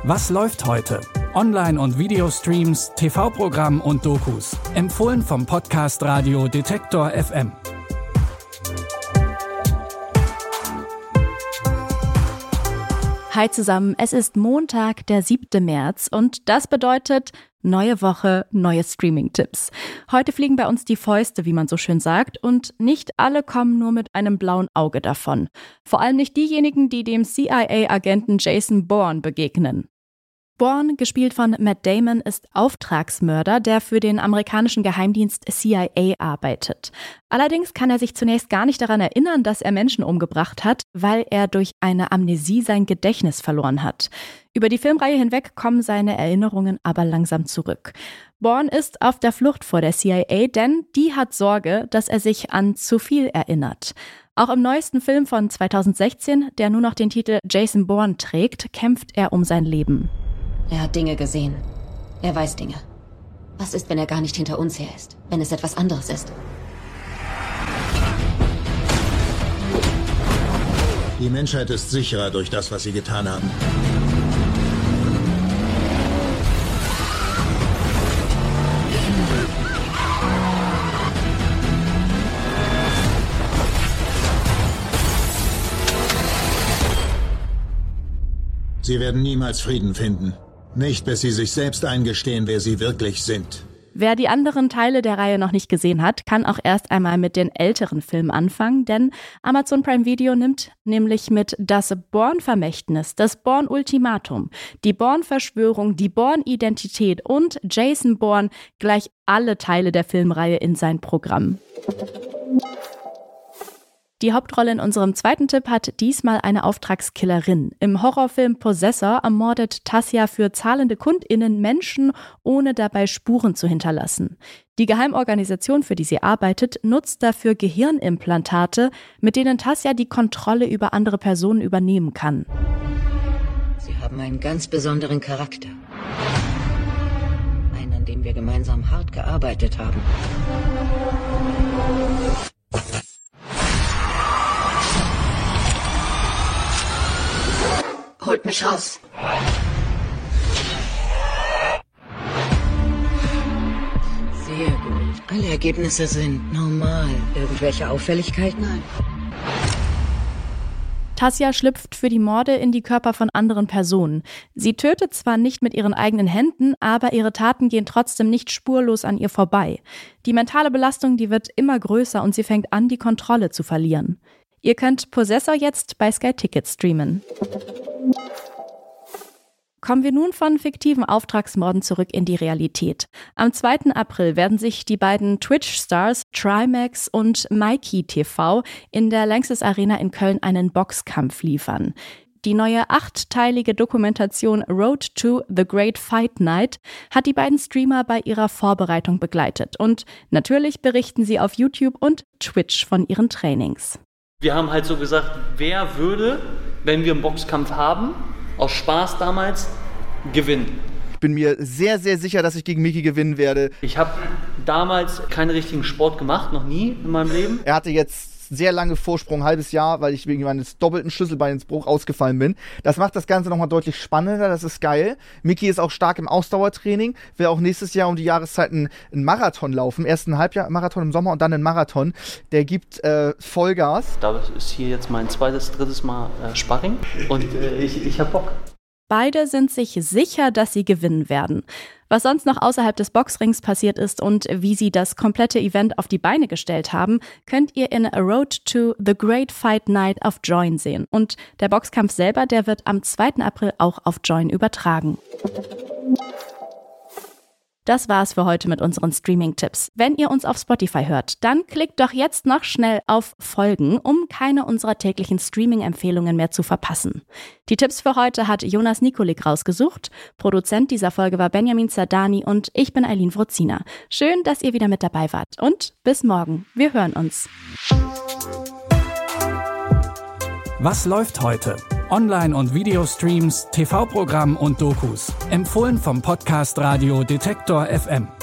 Was läuft heute? Online- und Videostreams, TV-Programm und Dokus. Empfohlen vom Podcast Radio Detektor FM. Hi zusammen, es ist Montag, der 7. März und das bedeutet neue Woche, neue Streaming-Tipps. Heute fliegen bei uns die Fäuste, wie man so schön sagt, und nicht alle kommen nur mit einem blauen Auge davon. Vor allem nicht diejenigen, die dem CIA-Agenten Jason Bourne begegnen. Bourne, gespielt von Matt Damon, ist Auftragsmörder, der für den amerikanischen Geheimdienst CIA arbeitet. Allerdings kann er sich zunächst gar nicht daran erinnern, dass er Menschen umgebracht hat, weil er durch eine Amnesie sein Gedächtnis verloren hat. Über die Filmreihe hinweg kommen seine Erinnerungen aber langsam zurück. Bourne ist auf der Flucht vor der CIA, denn die hat Sorge, dass er sich an zu viel erinnert. Auch im neuesten Film von 2016, der nur noch den Titel Jason Bourne trägt, kämpft er um sein Leben. Er hat Dinge gesehen. Er weiß Dinge. Was ist, wenn er gar nicht hinter uns her ist? Wenn es etwas anderes ist? Die Menschheit ist sicherer durch das, was sie getan haben. Sie werden niemals Frieden finden. Nicht, bis sie sich selbst eingestehen, wer sie wirklich sind. Wer die anderen Teile der Reihe noch nicht gesehen hat, kann auch erst einmal mit den älteren Filmen anfangen, denn Amazon Prime Video nimmt nämlich mit Das Bourne-Vermächtnis, das Bourne-Ultimatum, die Bourne-Verschwörung, die Bourne-Identität und Jason Bourne gleich alle Teile der Filmreihe in sein Programm. Die Hauptrolle in unserem zweiten Tipp hat diesmal eine Auftragskillerin. Im Horrorfilm Possessor ermordet Tasya für zahlende KundInnen Menschen, ohne dabei Spuren zu hinterlassen. Die Geheimorganisation, für die sie arbeitet, nutzt dafür Gehirnimplantate, mit denen Tasya die Kontrolle über andere Personen übernehmen kann. Sie haben einen ganz besonderen Charakter. Einen, an dem wir gemeinsam hart gearbeitet haben. Holt mich raus. Sehr gut. Alle Ergebnisse sind normal. Irgendwelche Auffälligkeiten? Nein. Tasya schlüpft für die Morde in die Körper von anderen Personen. Sie tötet zwar nicht mit ihren eigenen Händen, aber ihre Taten gehen trotzdem nicht spurlos an ihr vorbei. Die mentale Belastung, die wird immer größer und sie fängt an, die Kontrolle zu verlieren. Ihr könnt Possessor jetzt bei Sky Ticket streamen. Kommen wir nun von fiktiven Auftragsmorden zurück in die Realität. Am 2. April werden sich die beiden Twitch-Stars Trimax und Mikey TV in der Lanxess Arena in Köln einen Boxkampf liefern. Die neue 8-teilige Dokumentation Road to the Great Fight Night hat die beiden Streamer bei ihrer Vorbereitung begleitet. Und natürlich berichten sie auf YouTube und Twitch von ihren Trainings. Wir haben halt so gesagt, wer würde, wenn wir einen Boxkampf haben, aus Spaß damals, gewinnen. Ich bin mir sehr, sehr sicher, dass ich gegen Miki gewinnen werde. Ich habe damals keinen richtigen Sport gemacht, noch nie in meinem Leben. Er hatte jetzt sehr lange Vorsprung, ein halbes Jahr, weil ich wegen meines doppelten Schlüsselbeinsbruch ausgefallen bin. Das macht das Ganze nochmal deutlich spannender, das ist geil. Miki ist auch stark im Ausdauertraining, will auch nächstes Jahr um die Jahreszeiten einen Marathon laufen. Erst einen Halbmarathon im Sommer und dann einen Marathon. Der gibt Vollgas. Da ist hier jetzt mein drittes Mal Sparring und ich hab Bock. Beide sind sich sicher, dass sie gewinnen werden. Was sonst noch außerhalb des Boxrings passiert ist und wie sie das komplette Event auf die Beine gestellt haben, könnt ihr in A Road to the Great Fight Night auf Joyn sehen. Und der Boxkampf selber, der wird am 2. April auch auf Joyn übertragen. Das war's für heute mit unseren Streaming-Tipps. Wenn ihr uns auf Spotify hört, dann klickt doch jetzt noch schnell auf Folgen, um keine unserer täglichen Streaming-Empfehlungen mehr zu verpassen. Die Tipps für heute hat Jonas Nikolik rausgesucht. Produzent dieser Folge war Benjamin Zardani und ich bin Eileen Wrozina. Schön, dass ihr wieder mit dabei wart und bis morgen. Wir hören uns. Was läuft heute? Online- und Videostreams, TV-Programm und Dokus. Empfohlen vom Podcast Radio Detektor FM.